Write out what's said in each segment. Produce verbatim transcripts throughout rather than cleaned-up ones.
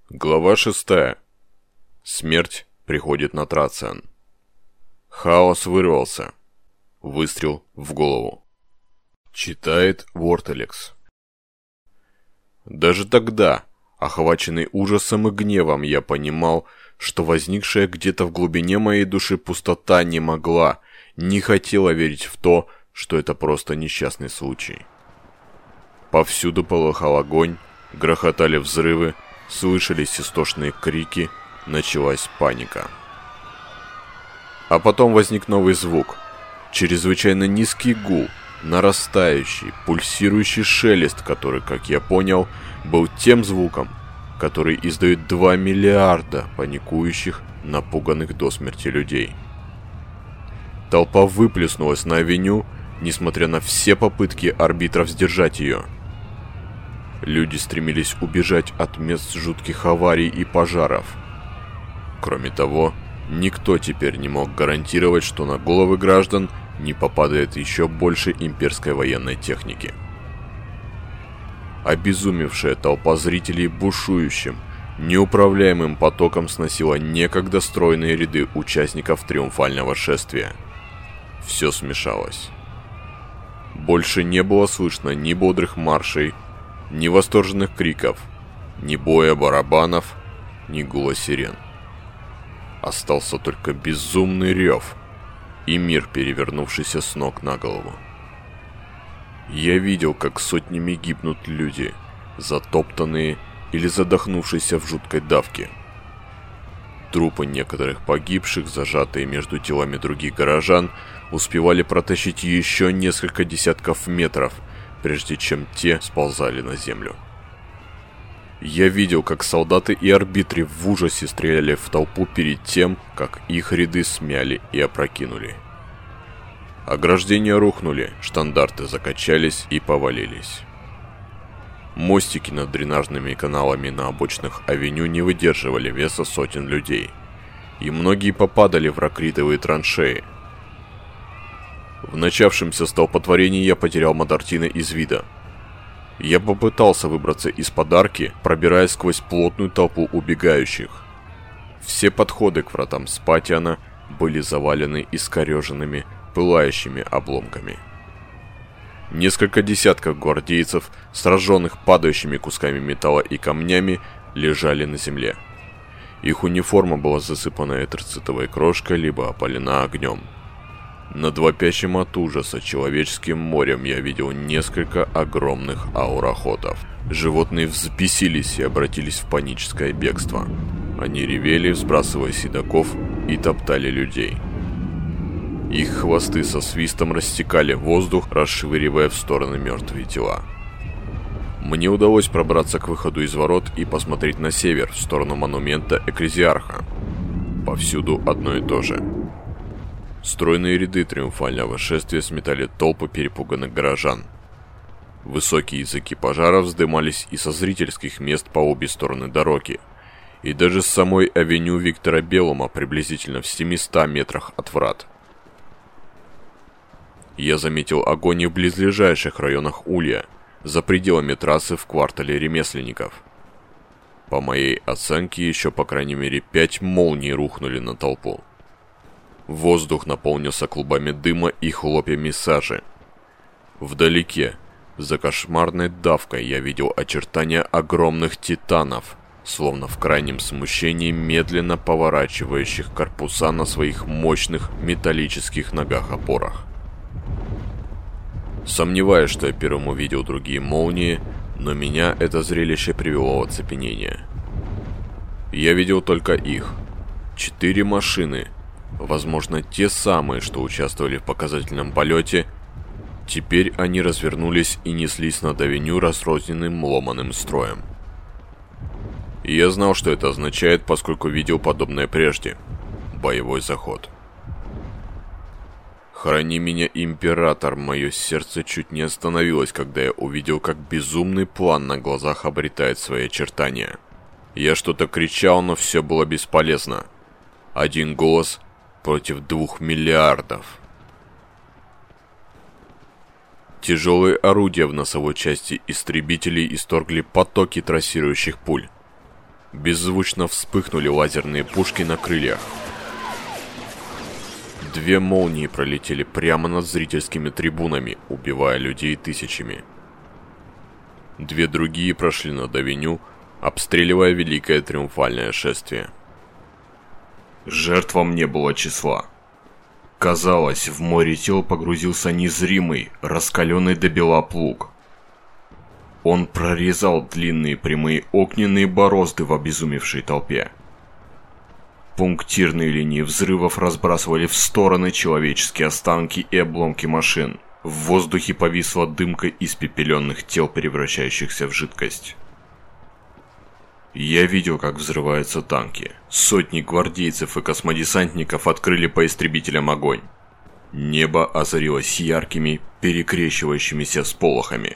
Глава шестая. Смерть приходит на Трациан. Хаос вырвался. Выстрел в голову. Читает Ворталекс. Даже тогда, охваченный ужасом и гневом, я понимал, что возникшая где-то в глубине моей души пустота не могла, не хотела верить в то, что это просто несчастный случай. Повсюду полыхал огонь, грохотали взрывы, слышались истошные крики, началась паника. А потом возник новый звук, чрезвычайно низкий гул, нарастающий, пульсирующий шелест, который, как я понял, был тем звуком, который издают два миллиарда паникующих, напуганных до смерти людей. Толпа выплеснулась на авеню, несмотря на все попытки арбитров сдержать ее. Люди стремились убежать от мест жутких аварий и пожаров. Кроме того, никто теперь не мог гарантировать, что на головы граждан не попадает еще больше имперской военной техники. Обезумевшая толпа зрителей бушующим, неуправляемым потоком сносила некогда стройные ряды участников триумфального шествия. Все смешалось. Больше не было слышно ни бодрых маршей, ни восторженных криков, ни боя барабанов, ни гула сирен. Остался только безумный рев и мир, перевернувшийся с ног на голову. Я видел, как сотнями гибнут люди, затоптанные или задохнувшиеся в жуткой давке. Трупы некоторых погибших, зажатые между телами других горожан, успевали протащить еще несколько десятков метров, прежде чем те сползали на землю. Я видел, как солдаты и арбитры в ужасе стреляли в толпу перед тем, как их ряды смяли и опрокинули. Ограждения рухнули, штандарты закачались и повалились. Мостики над дренажными каналами на обочинах авеню не выдерживали веса сотен людей, и многие попадали в ракритовые траншеи. В начавшемся столпотворении я потерял Мадартина из вида. Я попытался выбраться из подарки, пробираясь сквозь плотную толпу убегающих. Все подходы к вратам Спатиана были завалены искореженными, пылающими обломками. Несколько десятков гвардейцев, сраженных падающими кусками металла и камнями, лежали на земле. Их униформа была засыпана этрицитовой крошкой, либо опалена огнем. Над вопящим от ужаса человеческим морем я видел несколько огромных аурохотов. Животные взбесились и обратились в паническое бегство. Они ревели, сбрасывая седаков, и топтали людей. Их хвосты со свистом рассекали воздух, расшвыривая в стороны мертвые тела. Мне удалось пробраться к выходу из ворот и посмотреть на север, в сторону монумента Экклезиарха. Повсюду одно и то же. Стройные ряды триумфального шествия сметали толпы перепуганных горожан. Высокие языки пожаров вздымались и со зрительских мест по обе стороны дороги, и даже с самой авеню Виктора Белума приблизительно в семистах метрах от врат. Я заметил огонь и в близлежащих районах Улья, за пределами трассы в квартале ремесленников. По моей оценке, еще по крайней мере пять молний рухнули на толпу. Воздух наполнился клубами дыма и хлопьями сажи. Вдалеке, за кошмарной давкой, я видел очертания огромных титанов, словно в крайнем смущении медленно поворачивающих корпуса на своих мощных металлических ногах-опорах. Сомневаюсь, что я первым увидел другие молнии, но меня это зрелище привело в оцепенение. Я видел только их. Четыре машины, возможно, те самые, что участвовали в показательном полете. Теперь они развернулись и неслись над авеню разрозненным ломаным строем. И я знал, что это означает, поскольку видел подобное прежде. Боевой заход. Храни меня, император, мое сердце чуть не остановилось, когда я увидел, как безумный план на глазах обретает свои очертания. Я что-то кричал, но все было бесполезно. Один голос против двух миллиардов. Тяжелые орудия в носовой части истребителей исторгли потоки трассирующих пуль. Беззвучно вспыхнули лазерные пушки на крыльях. Две молнии пролетели прямо над зрительскими трибунами, убивая людей тысячами. Две другие прошли над авеню, обстреливая великое триумфальное шествие. Жертвам не было числа. Казалось, в море тел погрузился незримый, раскаленный до бела плуг. Он прорезал длинные прямые огненные борозды в обезумевшей толпе. Пунктирные линии взрывов разбрасывали в стороны человеческие останки и обломки машин. В воздухе повисла дымка испепеленных тел, превращающихся в жидкость. Я видел, как взрываются танки. Сотни гвардейцев и космодесантников открыли по истребителям огонь. Небо озарилось яркими, перекрещивающимися сполохами.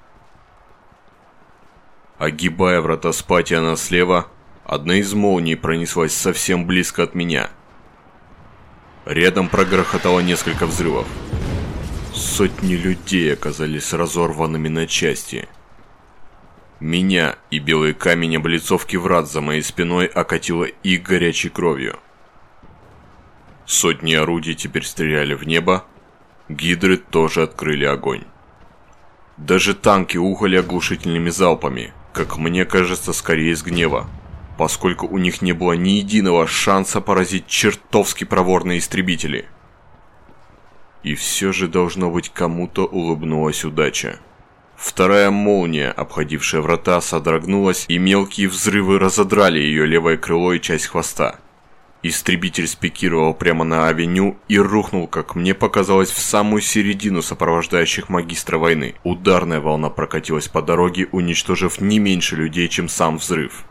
Огибая врата Спатиана слева, одна из молний пронеслась совсем близко от меня. Рядом прогрохотало несколько взрывов. Сотни людей оказались разорванными на части. Меня и белый камень облицовки врат за моей спиной окатило их горячей кровью. Сотни орудий теперь стреляли в небо, гидры тоже открыли огонь. Даже танки ухали оглушительными залпами, как мне кажется, скорее из гнева, поскольку у них не было ни единого шанса поразить чертовски проворные истребители. И все же, должно быть, кому-то улыбнулась удача. Вторая молния, обходившая врата, содрогнулась, и мелкие взрывы разодрали ее левое крыло и часть хвоста. Истребитель спикировал прямо на авеню и рухнул, как мне показалось, в самую середину сопровождающих магистра войны. Ударная волна прокатилась по дороге, уничтожив не меньше людей, чем сам взрыв.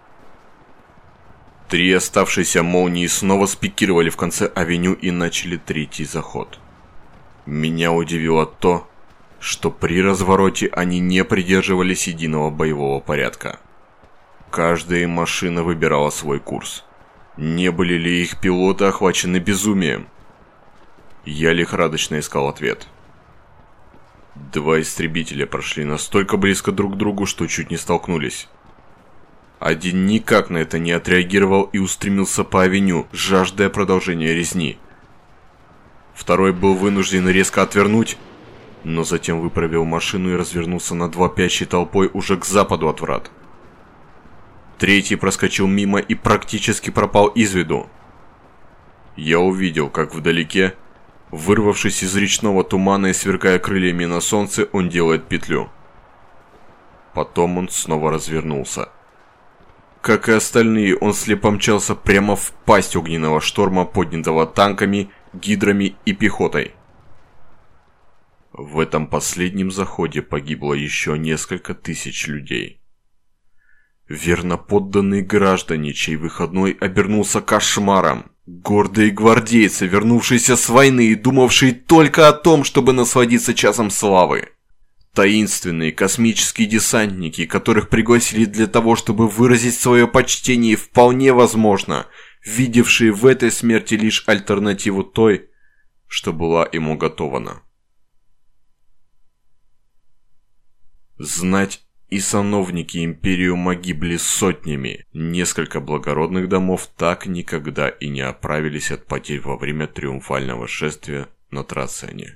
Три оставшиеся молнии снова спикировали в конце авеню и начали третий заход. Меня удивило то, что при развороте они не придерживались единого боевого порядка. Каждая машина выбирала свой курс. Не были ли их пилоты охвачены безумием? Я лихорадочно искал ответ. Два истребителя прошли настолько близко друг к другу, что чуть не столкнулись. Один никак на это не отреагировал и устремился по авеню, жаждая продолжения резни. Второй был вынужден резко отвернуть, но затем выправил машину и развернулся над вопящей толпой уже к западу от врат. Третий проскочил мимо и практически пропал из виду. Я увидел, как вдалеке, вырвавшись из речного тумана и сверкая крыльями на солнце, он делает петлю. Потом он снова развернулся. Как и остальные, он слепо мчался прямо в пасть огненного шторма, поднятого танками, гидрами и пехотой. В этом последнем заходе погибло еще несколько тысяч людей. Верноподданные граждане, чей выходной обернулся кошмаром. Гордые гвардейцы, вернувшиеся с войны и думавшие только о том, чтобы насладиться часом славы. Таинственные космические десантники, которых пригласили для того, чтобы выразить свое почтение, и вполне возможно, видевшие в этой смерти лишь альтернативу той, что была им уготована. Знать и сановники Империума гибли сотнями. Несколько благородных домов так никогда и не оправились от потерь во время триумфального шествия на Трацене.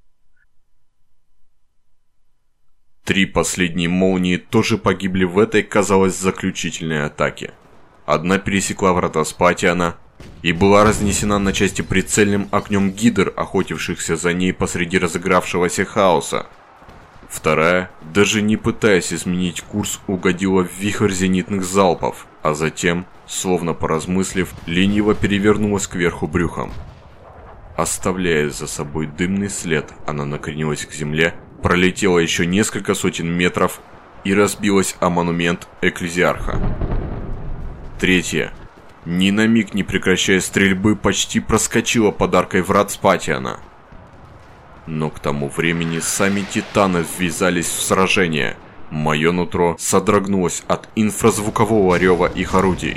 Три последние молнии тоже погибли в этой, казалось, заключительной атаке. Одна пересекла врата Спатиана и была разнесена на части прицельным огнем гидр, охотившихся за ней посреди разыгравшегося хаоса. Вторая, даже не пытаясь изменить курс, угодила в вихрь зенитных залпов, а затем, словно поразмыслив, лениво перевернулась кверху брюхом. Оставляя за собой дымный след, она накренилась к земле, пролетела еще несколько сотен метров и разбилась о монумент Экклезиарха. Третья, ни на миг не прекращая стрельбы, почти проскочила под аркой врат Спатиана. Но к тому времени сами титаны ввязались в сражение. Мое нутро содрогнулось от инфразвукового рева их орудий.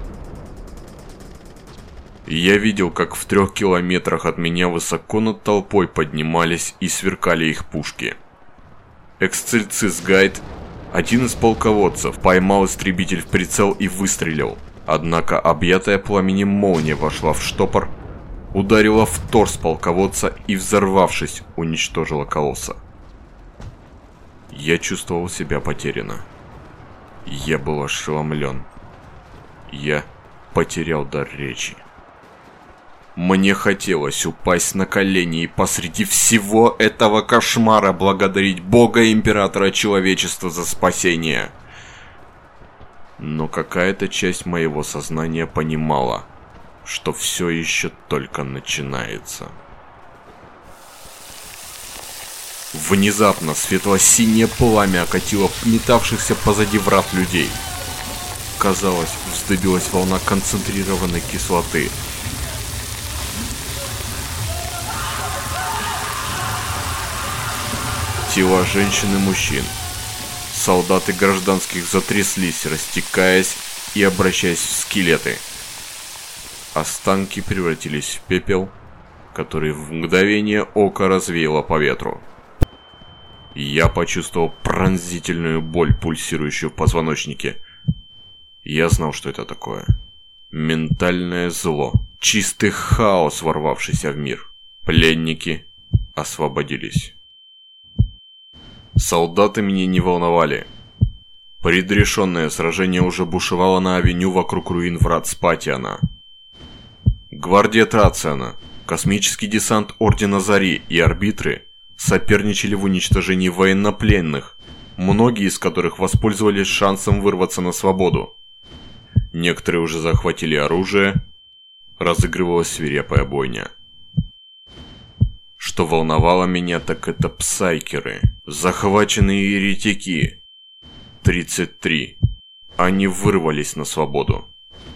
Я видел, как в трех километрах от меня высоко над толпой поднимались и сверкали их пушки. Эксцельцис Гайд, Один из полководцев поймал истребитель в прицел и выстрелил. Однако объятая пламенем молния вошла в штопор, ударила в торс полководца и, взорвавшись, уничтожила колосса. Я чувствовал себя потерянно. Я был ошеломлен. Я потерял дар речи. Мне хотелось упасть на колени и посреди всего этого кошмара благодарить Бога Императора Человечества за спасение. Но какая-то часть моего сознания понимала, что все еще только начинается. Внезапно светло-синее пламя окатило метавшихся позади врат людей. Казалось, вздыбилась волна концентрированной кислоты. Тела женщин и мужчин, солдат и гражданских затряслись, растекаясь и обращаясь в скелеты. Останки превратились в пепел, который в мгновение ока развеяло по ветру. Я почувствовал пронзительную боль, пульсирующую в позвоночнике. Я знал, что это такое. Ментальное зло, чистый хаос, ворвавшийся в мир. Пленники освободились. Солдаты меня не волновали. Предрешенное сражение уже бушевало на авеню вокруг руин врат Спатиана. Гвардия Трациана, космический десант Ордена Зари и арбитры соперничали в уничтожении военнопленных, многие из которых воспользовались шансом вырваться на свободу. Некоторые уже захватили оружие, разыгрывалась свирепая бойня. Что волновало меня, так это псайкеры, захваченные еретики. тридцать три. Они вырвались на свободу.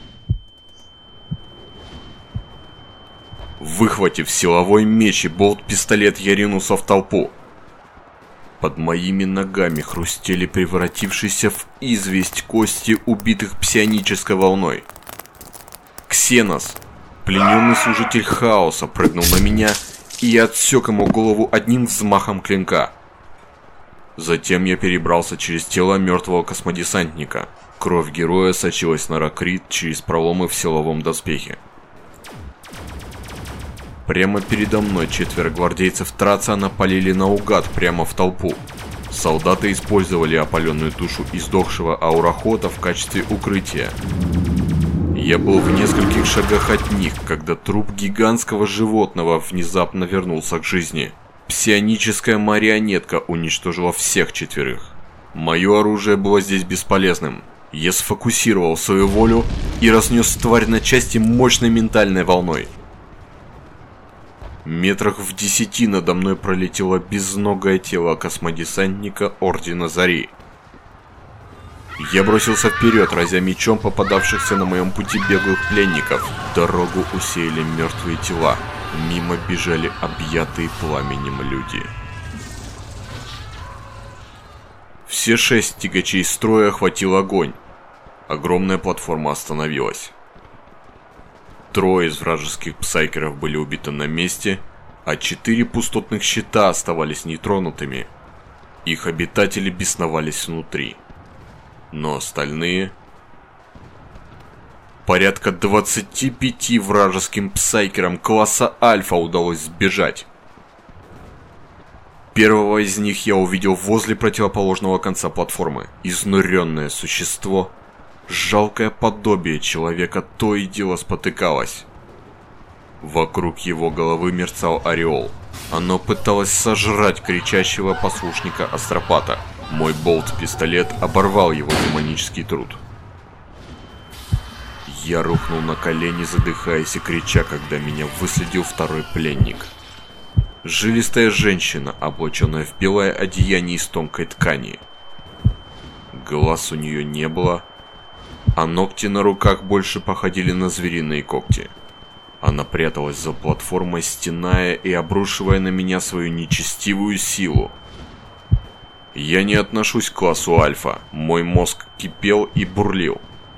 Выхватив силовой меч и болт-пистолет, я ринулся в толпу. Под моими ногами хрустели превратившиеся в известь кости убитых псионической волной. Ксенос, плененный служитель хаоса, прыгнул на меня, и я отсек ему голову одним взмахом клинка. Затем я перебрался через тело мертвого космодесантника. Кровь героя сочилась на ракрит через проломы в силовом доспехе. Прямо передо мной четверо гвардейцев Трациана полили наугад прямо в толпу. Солдаты использовали опаленную тушу издохшего аурохота в качестве укрытия. Я был в нескольких шагах от них, когда труп гигантского животного внезапно вернулся к жизни. Псионическая марионетка уничтожила всех четверых. Мое оружие было здесь бесполезным. Я сфокусировал свою волю и разнес тварь на части мощной ментальной волной. Метрах в десяти надо мной пролетело безногое тело космодесантника Ордена Зари. Я бросился вперед, разя мечом попадавшихся на моем пути беглых пленников. Дорогу усеяли мертвые тела. Мимо бежали объятые пламенем люди. Все шесть тягачей строя охватил огонь. Огромная платформа остановилась. Трое из вражеских псайкеров были убиты на месте, а четыре пустотных щита оставались нетронутыми. Их обитатели бесновались внутри. Но остальные... Порядка двадцати пяти вражеским псайкерам класса Альфа удалось сбежать. Первого из них я увидел возле противоположного конца платформы. Изнуренное существо, жалкое подобие человека, то и дело спотыкалось. Вокруг его головы мерцал ореол. Оно пыталось сожрать кричащего послушника Астропата. Мой болт-пистолет оборвал его демонический труд. Я рухнул на колени, задыхаясь и крича, когда меня выследил второй пленник. Жилистая женщина, облаченная в белое одеяние из тонкой ткани. Глаз у нее не было, а ногти на руках больше походили на звериные когти. Она пряталась за платформой, стеная и обрушивая на меня свою нечестивую силу. Я не отношусь к классу Альфа, мой мозг кипел и бурлил.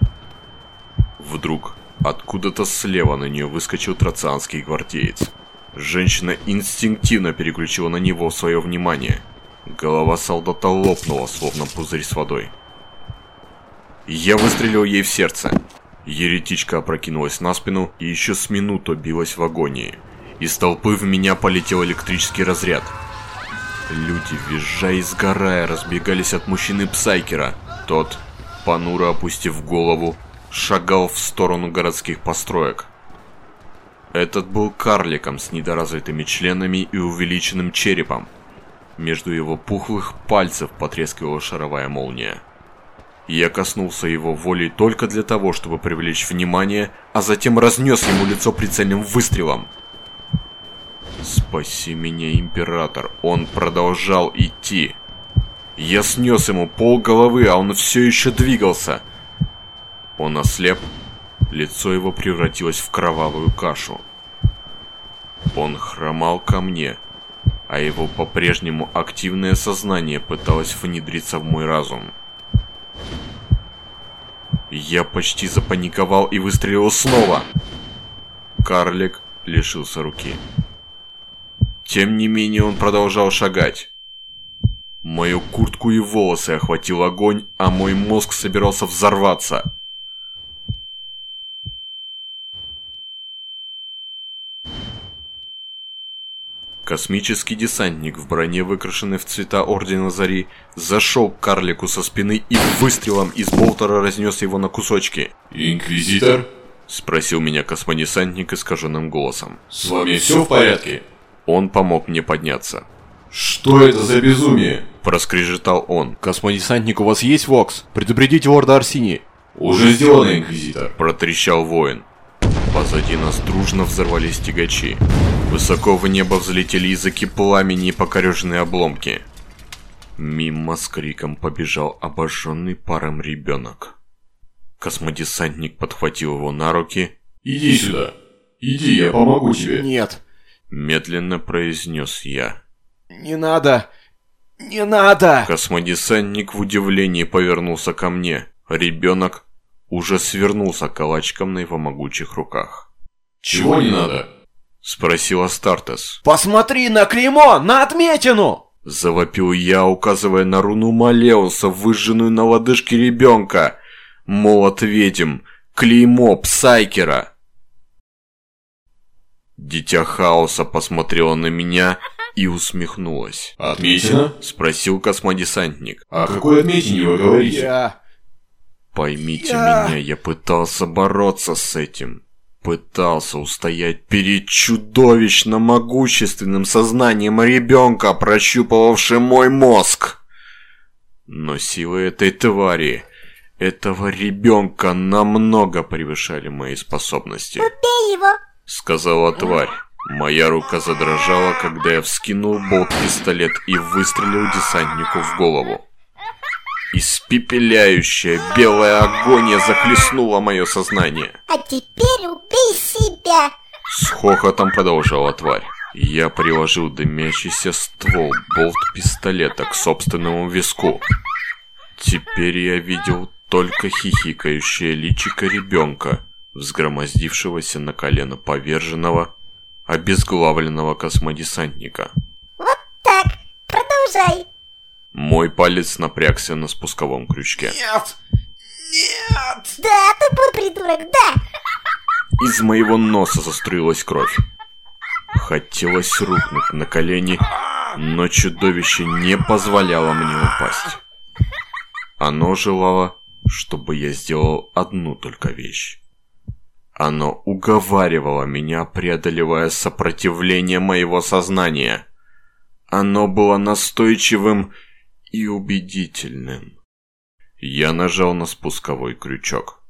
Вдруг откуда-то слева на нее выскочил трацианский гвардеец. Женщина инстинктивно переключила на него свое внимание. Голова солдата лопнула, словно пузырь с водой. Я выстрелил ей в сердце. Еретичка опрокинулась на спину и еще с минуту билась в агонии. Из толпы в меня полетел электрический разряд. Люди, визжа и сгорая, разбегались от мужчины Псайкера. Тот, понуро опустив голову, шагал в сторону городских построек. Этот был карликом с недоразвитыми членами и увеличенным черепом. Между его пухлых пальцев потрескивала шаровая молния. Я коснулся его волей только для того, чтобы привлечь внимание, а затем разнес ему лицо прицельным выстрелом. Спаси меня, император. Он продолжал идти. Я снес ему полголовы, а он все еще двигался. Он ослеп. Лицо его превратилось в кровавую кашу. Он хромал ко мне, а его по-прежнему активное сознание пыталось внедриться в мой разум. Я почти запаниковал и выстрелил снова. Карлик лишился руки. Тем не менее он продолжал шагать. Мою куртку и волосы охватил огонь, а мой мозг собирался взорваться. Космический десантник в броне, выкрашенной в цвета Ордена Зари, зашел к карлику со спины и выстрелом из болтера разнес его на кусочки. «Инквизитор?» — спросил меня космодесантник искаженным голосом. «С вами все в порядке?» Он помог мне подняться. «Что это за безумие?» — проскрежетал он. «Космодесантник, у вас есть ВОКС? Предупредите лорда Арсини!» «Уже сделано, Инквизитор!» — протрещал воин. Позади нас дружно взорвались тягачи. Высоко в небо взлетели языки пламени и покореженные обломки. Мимо с криком побежал обожженный паром ребенок. Космодесантник подхватил его на руки. «Иди сюда! Иди, я помогу тебе!» «Нет!» — медленно произнес я. «Не надо! Не надо!» Космодесантник в удивлении повернулся ко мне. Ребенок уже свернулся калачиком на его могучих руках. «Чего не надо?» — спросил Астартес. «Посмотри на клеймо! На отметину!» — завопил я, указывая на руну Малеуса, выжженную на лодыжке ребенка. Молот ведьм, клеймо Псайкера. Дитя Хаоса посмотрела на меня и усмехнулась. «Отметина?» — спросил космодесантник. «О какой отметине вы говорите?» Я... Поймите Я... меня, я пытался бороться с этим. Пытался устоять перед чудовищно могущественным сознанием ребенка, прощупывавшим мой мозг. Но силы этой твари, этого ребенка, намного превышали мои способности. «Убей его!» — сказала тварь. Моя рука задрожала, когда я вскинул болт-пистолет и выстрелил десантнику в голову. Испепеляющая белая агония захлестнула мое сознание. «А теперь убей себя!» С хохотом продолжала тварь. Я приложил дымящийся ствол болт-пистолета к собственному виску. Теперь я видел только хихикающее личико ребенка, взгромоздившегося на колено поверженного, обезглавленного космодесантника. «Вот так! Продолжай!» Мой палец напрягся на спусковом крючке. Нет! Нет! «Да, тупой придурок, да!» Из моего носа заструилась кровь. Хотелось рухнуть на колени, но чудовище не позволяло мне упасть. Оно желало, чтобы я сделал одну только вещь. Оно уговаривало меня, преодолевая сопротивление моего сознания. Оно было настойчивым и убедительным. Я нажал на спусковой крючок.